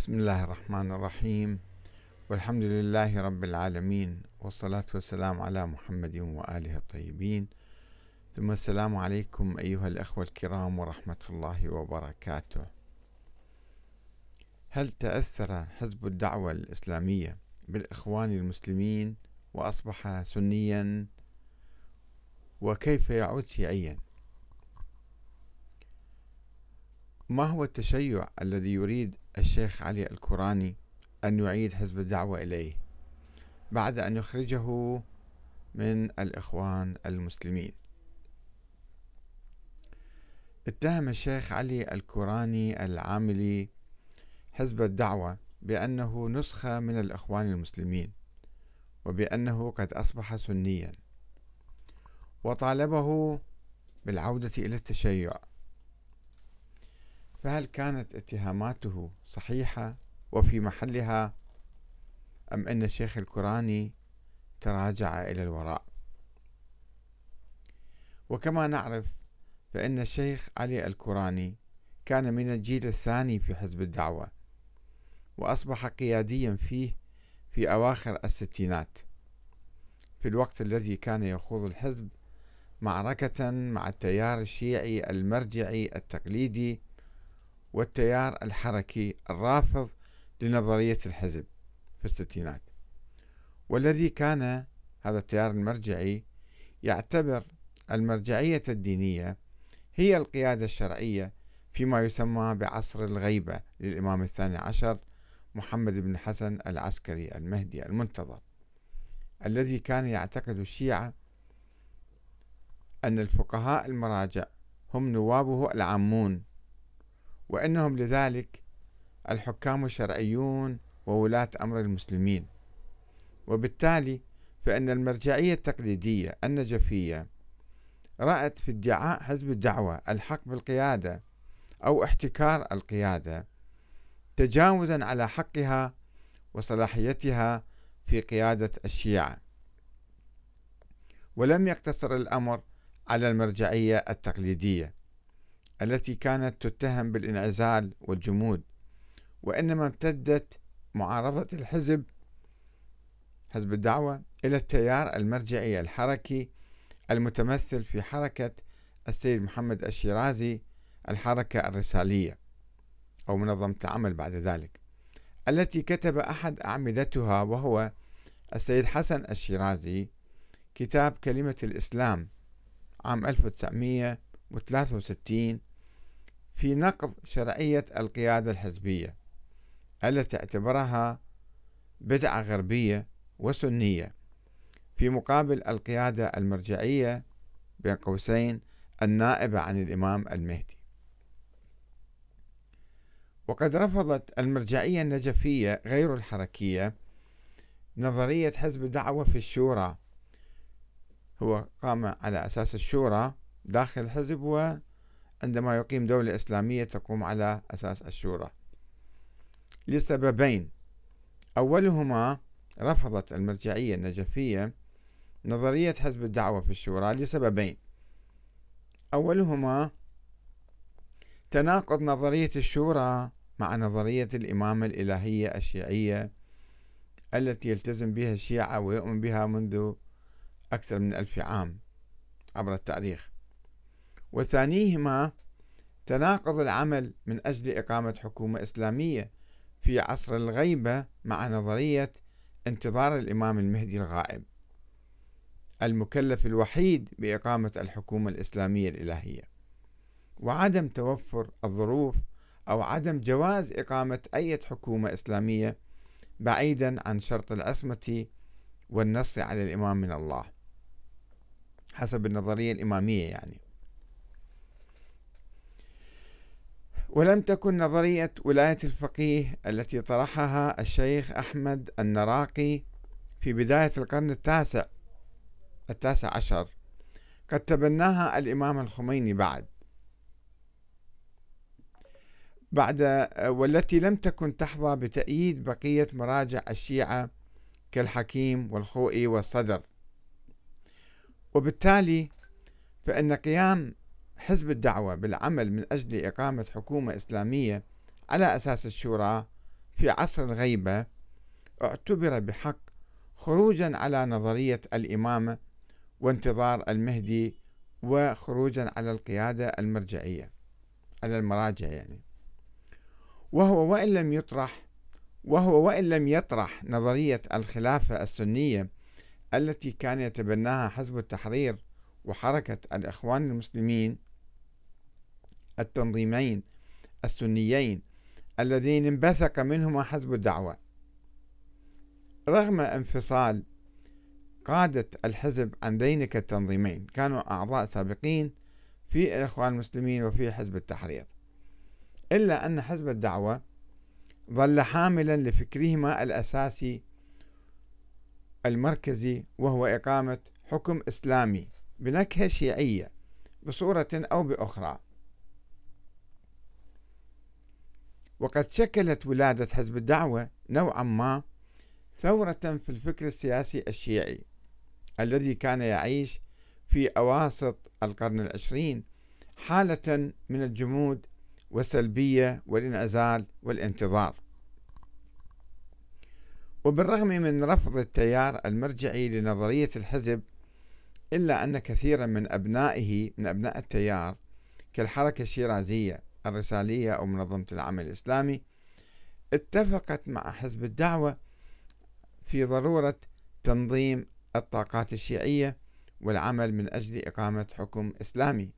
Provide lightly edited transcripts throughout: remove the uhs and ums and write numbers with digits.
بسم الله الرحمن الرحيم، والحمد لله رب العالمين، والصلاة والسلام على محمد وآله الطيبين، ثم السلام عليكم أيها الأخوة الكرام ورحمة الله وبركاته. هل تأثر حزب الدعوة الإسلامية بالإخوان المسلمين وأصبح سنيا؟ وكيف يعود شيعيا؟ ما هو التشيع الذي يريد الشيخ علي الكوراني أن يعيد حزب الدعوة إليه بعد أن يخرجه من الإخوان المسلمين؟ اتهم الشيخ علي الكوراني العاملي حزب الدعوة بأنه نسخة من الإخوان المسلمين، وبأنه قد أصبح سنيا، وطالبه بالعودة إلى التشيع. فهل كانت اتهاماته صحيحة وفي محلها، أم أن الشيخ الكوراني تراجع إلى الوراء؟ وكما نعرف فإن الشيخ علي الكوراني كان من الجيل الثاني في حزب الدعوة، وأصبح قياديا فيه في أواخر الستينات، في الوقت الذي كان يخوض الحزب معركة مع التيار الشيعي المرجعي التقليدي والتيار الحركي الرافض لنظرية الحزب في الستينات، والذي كان هذا التيار المرجعي يعتبر المرجعية الدينية هي القيادة الشرعية فيما يسمى بعصر الغيبة للإمام الثاني عشر محمد بن حسن العسكري المهدي المنتظر، الذي كان يعتقد الشيعة أن الفقهاء المراجع هم نوابه العامون، وأنهم لذلك الحكام الشرعيون وولاة أمر المسلمين. وبالتالي فإن المرجعية التقليدية النجفية رأت في ادعاء حزب الدعوة الحق بالقيادة أو احتكار القيادة تجاوزا على حقها وصلاحيتها في قيادة الشيعة، ولم يقتصر الأمر على المرجعية التقليدية التي كانت تتهم بالانعزال والجمود، وإنما امتدت معارضة حزب الدعوة إلى التيار المرجعي الحركي المتمثل في حركة السيد محمد الشيرازي، الحركة الرسالية أو منظمة العمل بعد ذلك، التي كتب أحد أعمدتها وهو السيد حسن الشيرازي كتاب كلمة الإسلام عام 1963 في نقض شرعية القيادة الحزبية التي اعتبرها بدعة غربية وسنية في مقابل القيادة المرجعية بين قوسين النائبة عن الإمام المهدي. وقد رفضت المرجعية النجفية غير الحركية نظرية حزب الدعوة في الشورى. هو قام على أساس الشورى داخل الحزب، وعندما يقيم دولة إسلامية تقوم على أساس الشورى لسببين. أولهما رفضت المرجعية النجفية نظرية حزب الدعوة في الشورى لسببين. أولهما تناقض نظرية الشورى مع نظرية الإمامة الإلهية الشيعية التي يلتزم بها الشيعة ويؤمن بها منذ أكثر من 1000 عام عبر التاريخ. وثانيهما تناقض العمل من أجل إقامة حكومة إسلامية في عصر الغيبة مع نظرية انتظار الإمام المهدي الغائب المكلف الوحيد بإقامة الحكومة الإسلامية الإلهية، وعدم توفر الظروف أو عدم جواز إقامة أي حكومة إسلامية بعيدا عن شرط العصمة والنص على الإمام من الله حسب النظرية الإمامية يعني. ولم تكن نظرية ولاية الفقيه التي طرحها الشيخ أحمد النراقي في بداية القرن التاسع عشر قد تبناها الإمام الخميني بعد والتي لم تكن تحظى بتأييد بقية مراجع الشيعة كالحكيم والخوئي والصدر. وبالتالي فإن قيام حزب الدعوة بالعمل من أجل إقامة حكومة إسلامية على أساس الشورى في عصر الغيبة اعتبر بحق خروجا على نظرية الإمامة وانتظار المهدي، وخروجا على القيادة المرجعية، على المراجع يعني. وهو وإن لم يطرح نظرية الخلافة السنية التي كان يتبناها حزب التحرير وحركة الإخوان المسلمين التنظيمين السنيين اللذين انبثق منهما حزب الدعوة، رغم انفصال قادة الحزب عن ذينك التنظيمين، كانوا أعضاء سابقين في الإخوان المسلمين وفي حزب التحرير، إلا أن حزب الدعوة ظل حاملا لفكرهما الأساسي المركزي، وهو إقامة حكم إسلامي بنكهة شيعية بصورة أو بأخرى. وقد شكلت ولادة حزب الدعوة نوعا ما ثورة في الفكر السياسي الشيعي الذي كان يعيش في أواسط القرن العشرين حالة من الجمود والسلبية والانعزال والانتظار. وبالرغم من رفض التيار المرجعي لنظرية الحزب، إلا أن كثيرا من أبناء التيار كالحركة الشيرازية الرسالية أو منظمة العمل الإسلامي اتفقت مع حزب الدعوة في ضرورة تنظيم الطاقات الشيعية والعمل من أجل إقامة حكم إسلامي.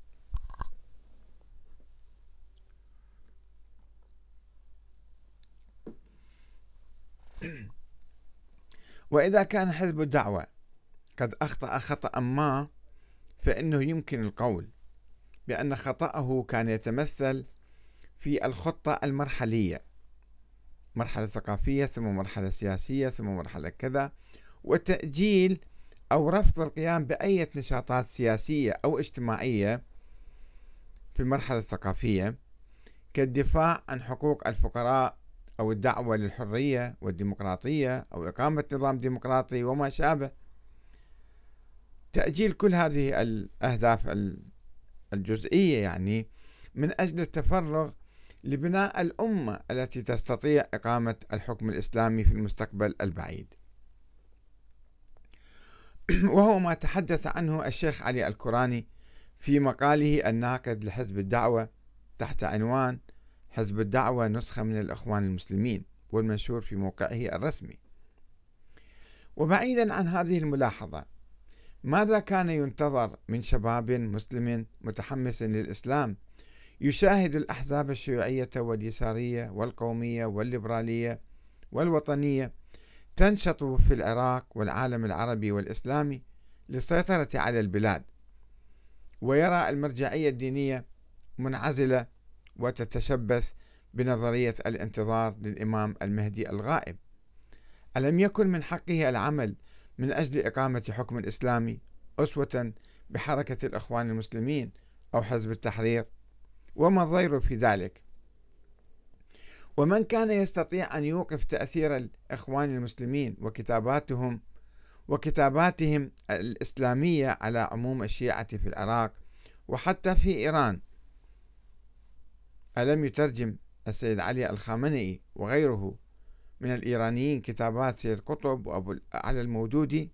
وإذا كان حزب الدعوة قد أخطأ خطأ ما، فإنه يمكن القول بأن خطأه كان يتمثل في الخطة المرحلية، مرحلة ثقافية ثم مرحلة سياسية ثم مرحلة كذا، وتأجيل أو رفض القيام بأي نشاطات سياسية أو اجتماعية في المرحلة الثقافية كالدفاع عن حقوق الفقراء أو الدعوة للحرية والديمقراطية أو إقامة نظام ديمقراطي وما شابه. تأجيل كل هذه الأهداف الجزئية يعني من أجل التفرغ لبناء الأمة التي تستطيع إقامة الحكم الإسلامي في المستقبل البعيد. وهو ما تحدث عنه الشيخ علي الكوراني في مقاله الناقد لحزب الدعوة تحت عنوان حزب الدعوة نسخة من الإخوان المسلمين، والمنشور في موقعه الرسمي. وبعيدا عن هذه الملاحظة، ماذا كان ينتظر من شباب مسلم متحمس للإسلام يشاهد الأحزاب الشيوعية واليسارية والقومية والليبرالية والوطنية تنشط في العراق والعالم العربي والإسلامي للسيطرة على البلاد، ويرى المرجعية الدينية منعزلة وتتشبث بنظرية الانتظار للإمام المهدي الغائب؟ ألم يكن من حقه العمل من أجل إقامة حكم الإسلامي أسوة بحركة الإخوان المسلمين أو حزب التحرير؟ وما الضير في ذلك؟ ومن كان يستطيع أن يوقف تأثير الإخوان المسلمين وكتاباتهم الإسلامية على عموم الشيعة في العراق وحتى في إيران؟ ألم يترجم السيد علي الخامنئي وغيره من الإيرانيين كتابات سيد قطب وأبو علي المودودي؟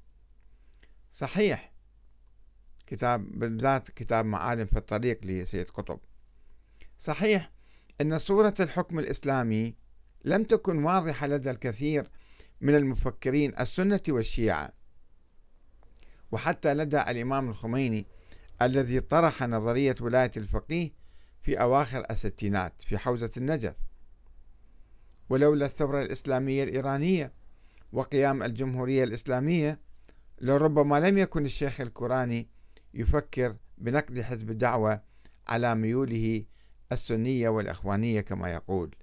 صحيح، بالذات كتاب معالم في الطريق لسيد قطب. صحيح أن صورة الحكم الإسلامي لم تكن واضحة لدى الكثير من المفكرين السنة والشيعة، وحتى لدى الإمام الخميني الذي طرح نظرية ولاية الفقيه في أواخر الستينات في حوزة النجف. ولولا الثورة الإسلامية الإيرانية وقيام الجمهورية الإسلامية لربما لم يكن الشيخ الكوراني يفكر بنقد حزب الدعوة على ميوله السنية والإخوانية كما يقول.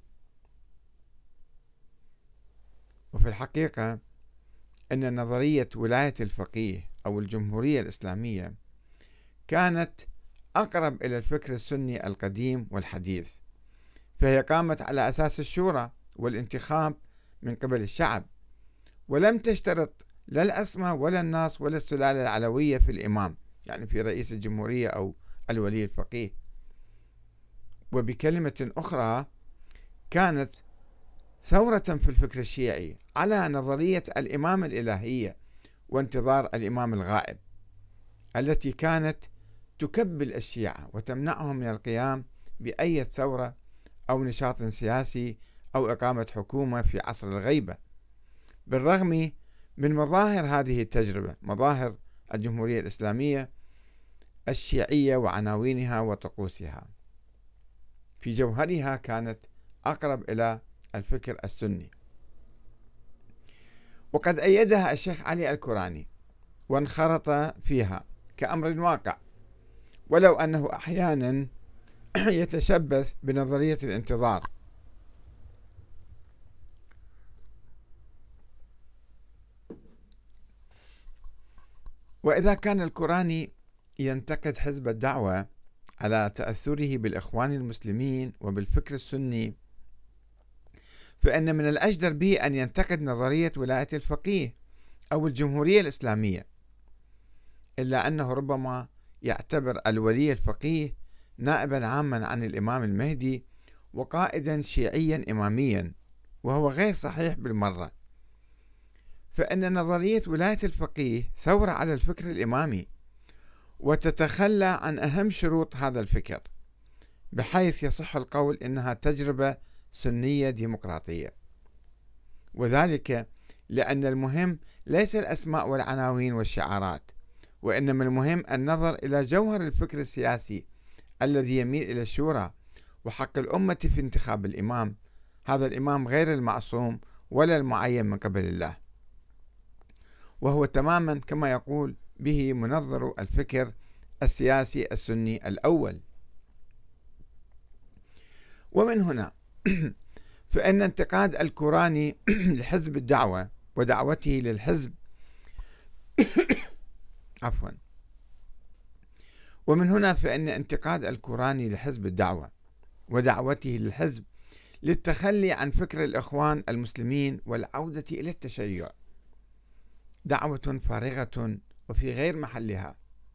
وفي الحقيقة أن نظرية ولاية الفقيه أو الجمهورية الإسلامية كانت أقرب إلى الفكر السني القديم والحديث، فهي قامت على أساس الشورى والانتخاب من قبل الشعب، ولم تشترط لا العصمة ولا النص ولا السلالة العلوية في الإمام، يعني في رئيس الجمهورية أو الولي الفقيه. وبكلمة أخرى، كانت ثورة في الفكر الشيعي على نظرية الإمامة الإلهية وانتظار الإمام الغائب، التي كانت تكبل الشيعة وتمنعهم من القيام بأي ثورة أو نشاط سياسي أو إقامة حكومة في عصر الغيبة، بالرغم من مظاهر هذه التجربة، مظاهر الجمهورية الإسلامية الشيعية وعناوينها وطقوسها، في جوهرها كانت أقرب إلى الفكر السني. وقد أيدها الشيخ علي الكوراني وانخرط فيها كأمر واقع، ولو أنه أحيانا يتشبث بنظرية الانتظار. وإذا كان الكوراني ينتقد حزب الدعوة على تأثره بالإخوان المسلمين وبالفكر السني، فإن من الأجدر به أن ينتقد نظرية ولاية الفقيه أو الجمهورية الإسلامية، إلا أنه ربما يعتبر الولي الفقيه نائبا عاما عن الإمام المهدي وقائدا شيعيا إماميا، وهو غير صحيح بالمرة، فإن نظرية ولاية الفقيه ثورة على الفكر الإمامي وتتخلى عن أهم شروط هذا الفكر، بحيث يصح القول إنها تجربة سنية ديمقراطية، وذلك لأن المهم ليس الأسماء والعناوين والشعارات، وإنما المهم النظر إلى جوهر الفكر السياسي الذي يميل إلى الشورى وحق الأمة في انتخاب الإمام، هذا الإمام غير المعصوم ولا المعين من قبل الله، وهو تماما كما يقول به منظر الفكر السياسي السني الأول. ومن هنا فإن انتقاد الكوراني لحزب الدعوة ودعوته للحزب ومن هنا فإن انتقاد الكوراني لحزب الدعوة ودعوته للحزب للتخلي عن فكر الإخوان المسلمين والعودة إلى التشيع دعوة فارغة وفي غير محلها،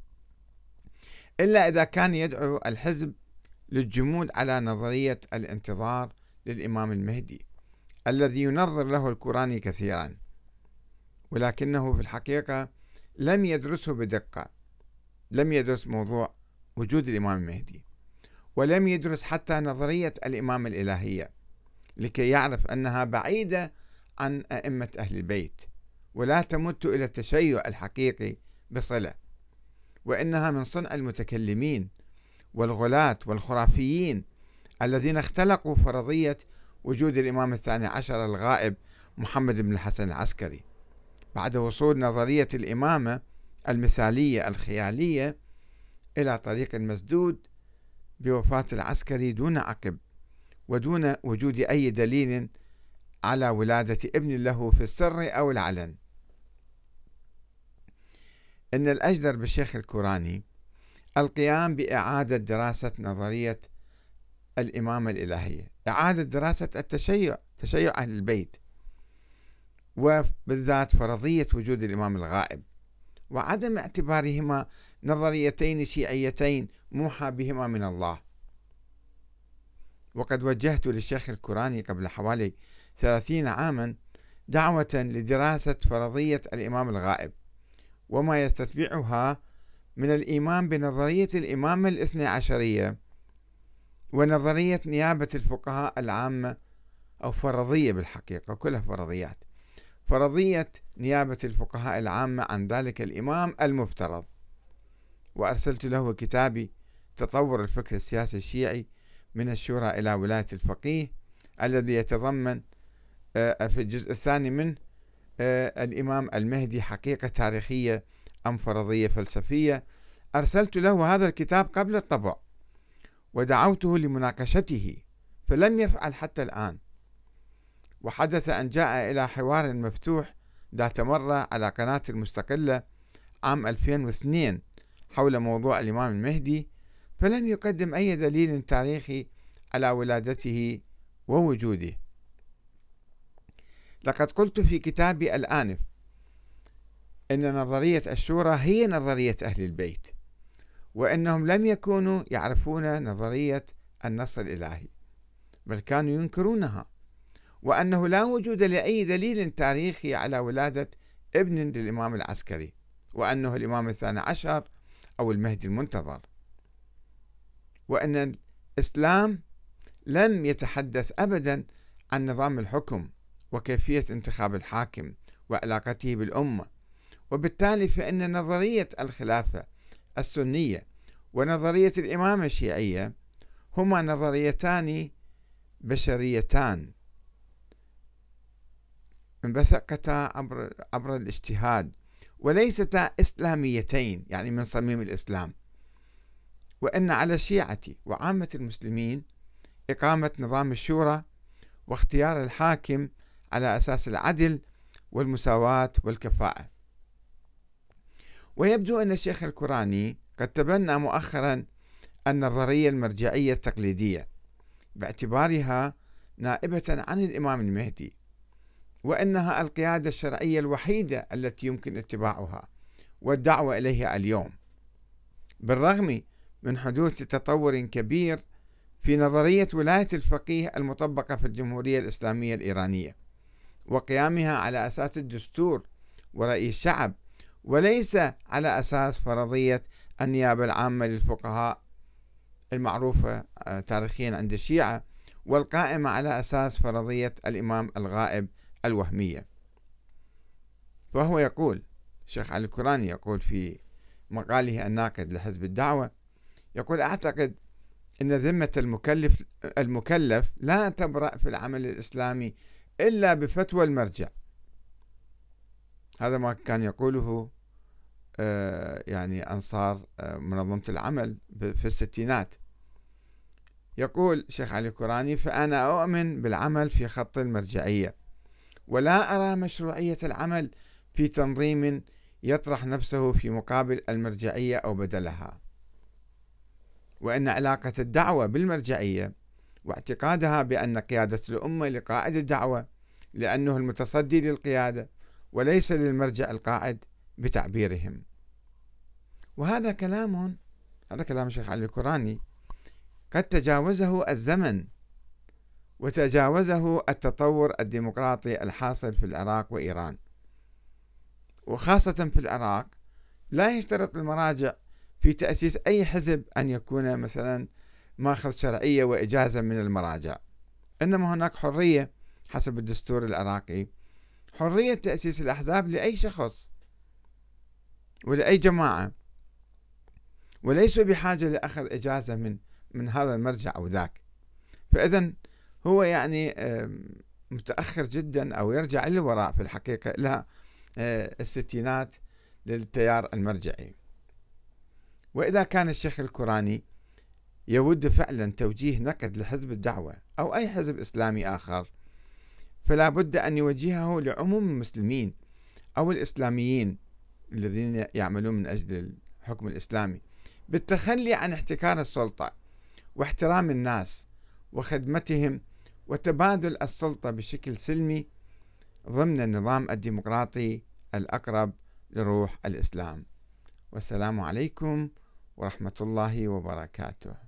إلا إذا كان يدعو الحزب للجمود على نظرية الانتظار للإمام المهدي الذي ينظر له الكوراني كثيرا، ولكنه في الحقيقة لم يدرسه بدقة، لم يدرس موضوع وجود الإمام المهدي، ولم يدرس حتى نظرية الإمامة الإلهية لكي يعرف أنها بعيدة عن أئمة أهل البيت ولا تمت إلى التشيع الحقيقي بصلة، وإنها من صنع المتكلمين والغلاة والخرافيين الذين اختلقوا فرضية وجود الإمام الثاني عشر الغائب محمد بن الحسن العسكري بعد وصول نظرية الإمامة المثالية الخيالية إلى طريق مسدود بوفاة العسكري دون عقب ودون وجود أي دليل على ولادة ابن له في السر أو العلن. إن الأجدر بالشيخ الكوراني القيام بإعادة دراسة نظرية الإمامة الإلهية، إعادة دراسة التشيع، تشيع أهل البيت، وبالذات فرضية وجود الإمام الغائب، وعدم اعتبارهما نظريتين شيعيتين موحى بهما من الله. وقد وجهت للشيخ الكوراني قبل حوالي 30 عاما دعوة لدراسة فرضية الإمام الغائب وما يستتبعها من الإيمان بنظرية الإمامة الاثني عشرية ونظرية نيابة الفقهاء العامة، أو فرضية بالحقيقة كلها فرضيات، فرضية نيابة الفقهاء العامة عن ذلك الإمام المفترض. وأرسلت له كتابي تطور الفكر السياسي الشيعي من الشورى إلى ولاية الفقيه، الذي يتضمن في الجزء الثاني منه الإمام المهدي حقيقة تاريخية أم فرضية فلسفية. أرسلت له هذا الكتاب قبل الطبع ودعوته لمناقشته فلم يفعل حتى الآن، وحدث أن جاء إلى حوار مفتوح ذات مرة على قناة المستقلة عام 2002 حول موضوع الإمام المهدي، فلم يقدم أي دليل تاريخي على ولادته ووجوده. لقد قلت في كتابي الآنف إن نظرية الشورى هي نظرية أهل البيت، وأنهم لم يكونوا يعرفون نظرية النص الإلهي بل كانوا ينكرونها، وأنه لا وجود لأي دليل تاريخي على ولادة ابن للإمام العسكري، وأنه الإمام الثاني عشر أو المهدي المنتظر، وأن الإسلام لم يتحدث أبدا عن نظام الحكم وكيفية انتخاب الحاكم وعلاقته بالأمة. وبالتالي فإن نظرية الخلافة السنية ونظرية الإمامة الشيعية هما نظريتان بشريتان انبثقتا عبر الاجتهاد، وليستا إسلاميتين يعني من صميم الإسلام. وإن على الشيعة وعامة المسلمين إقامة نظام الشورى واختيار الحاكم على أساس العدل والمساواة والكفاءة. ويبدو أن الشيخ الكوراني قد تبنى مؤخرا النظرية المرجعية التقليدية باعتبارها نائبة عن الإمام المهدي، وأنها القيادة الشرعية الوحيدة التي يمكن اتباعها والدعوة إليها اليوم، بالرغم من حدوث تطور كبير في نظرية ولاية الفقيه المطبقة في الجمهورية الإسلامية الإيرانية، وقيامها على أساس الدستور ورأي الشعب، وليس على أساس فرضية النيابة العامة للفقهاء المعروفة تاريخيا عند الشيعة، والقائمة على أساس فرضية الإمام الغائب الوهمية. فهو يقول، الشيخ علي الكوراني يقول في مقاله الناقد لحزب الدعوة، يقول: أعتقد أن ذمة المكلف لا تبرأ في العمل الإسلامي إلا بفتوى المرجع. هذا ما كان يقوله يعني أنصار منظمة العمل في الستينات. يقول الشيخ علي الكوراني: فأنا أؤمن بالعمل في خط المرجعية، ولا أرى مشروعية العمل في تنظيم يطرح نفسه في مقابل المرجعية أو بدلها، وأن علاقة الدعوة بالمرجعية واعتقادها بأن قيادة الأمة لقائد الدعوة لأنه المتصدي للقيادة وليس للمرجع القائد بتعبيرهم. وهذا كلام الشيخ علي الكوراني قد تجاوزه الزمن وتجاوزه التطور الديمقراطي الحاصل في العراق وإيران، وخاصة في العراق لا يشترط المراجع في تأسيس أي حزب أن يكون مثلا ماخذ شرعية وإجازة من المراجع، إنما هناك حرية حسب الدستور العراقي، حرية تأسيس الأحزاب لأي شخص ولأي جماعة، وليسوا بحاجة لأخذ إجازة من هذا المرجع أو ذاك. فإذن هو يعني متأخر جدا أو يرجع للوراء في الحقيقة إلى الستينات للتيار المرجعي. وإذا كان الشيخ الكوراني يود فعلا توجيه نقد لحزب الدعوة أو أي حزب إسلامي آخر، فلا بد أن يوجهه لعموم المسلمين أو الإسلاميين الذين يعملون من أجل الحكم الإسلامي بالتخلي عن احتكار السلطة واحترام الناس وخدمتهم وتبادل السلطة بشكل سلمي ضمن النظام الديمقراطي الأقرب لروح الإسلام. والسلام عليكم ورحمة الله وبركاته.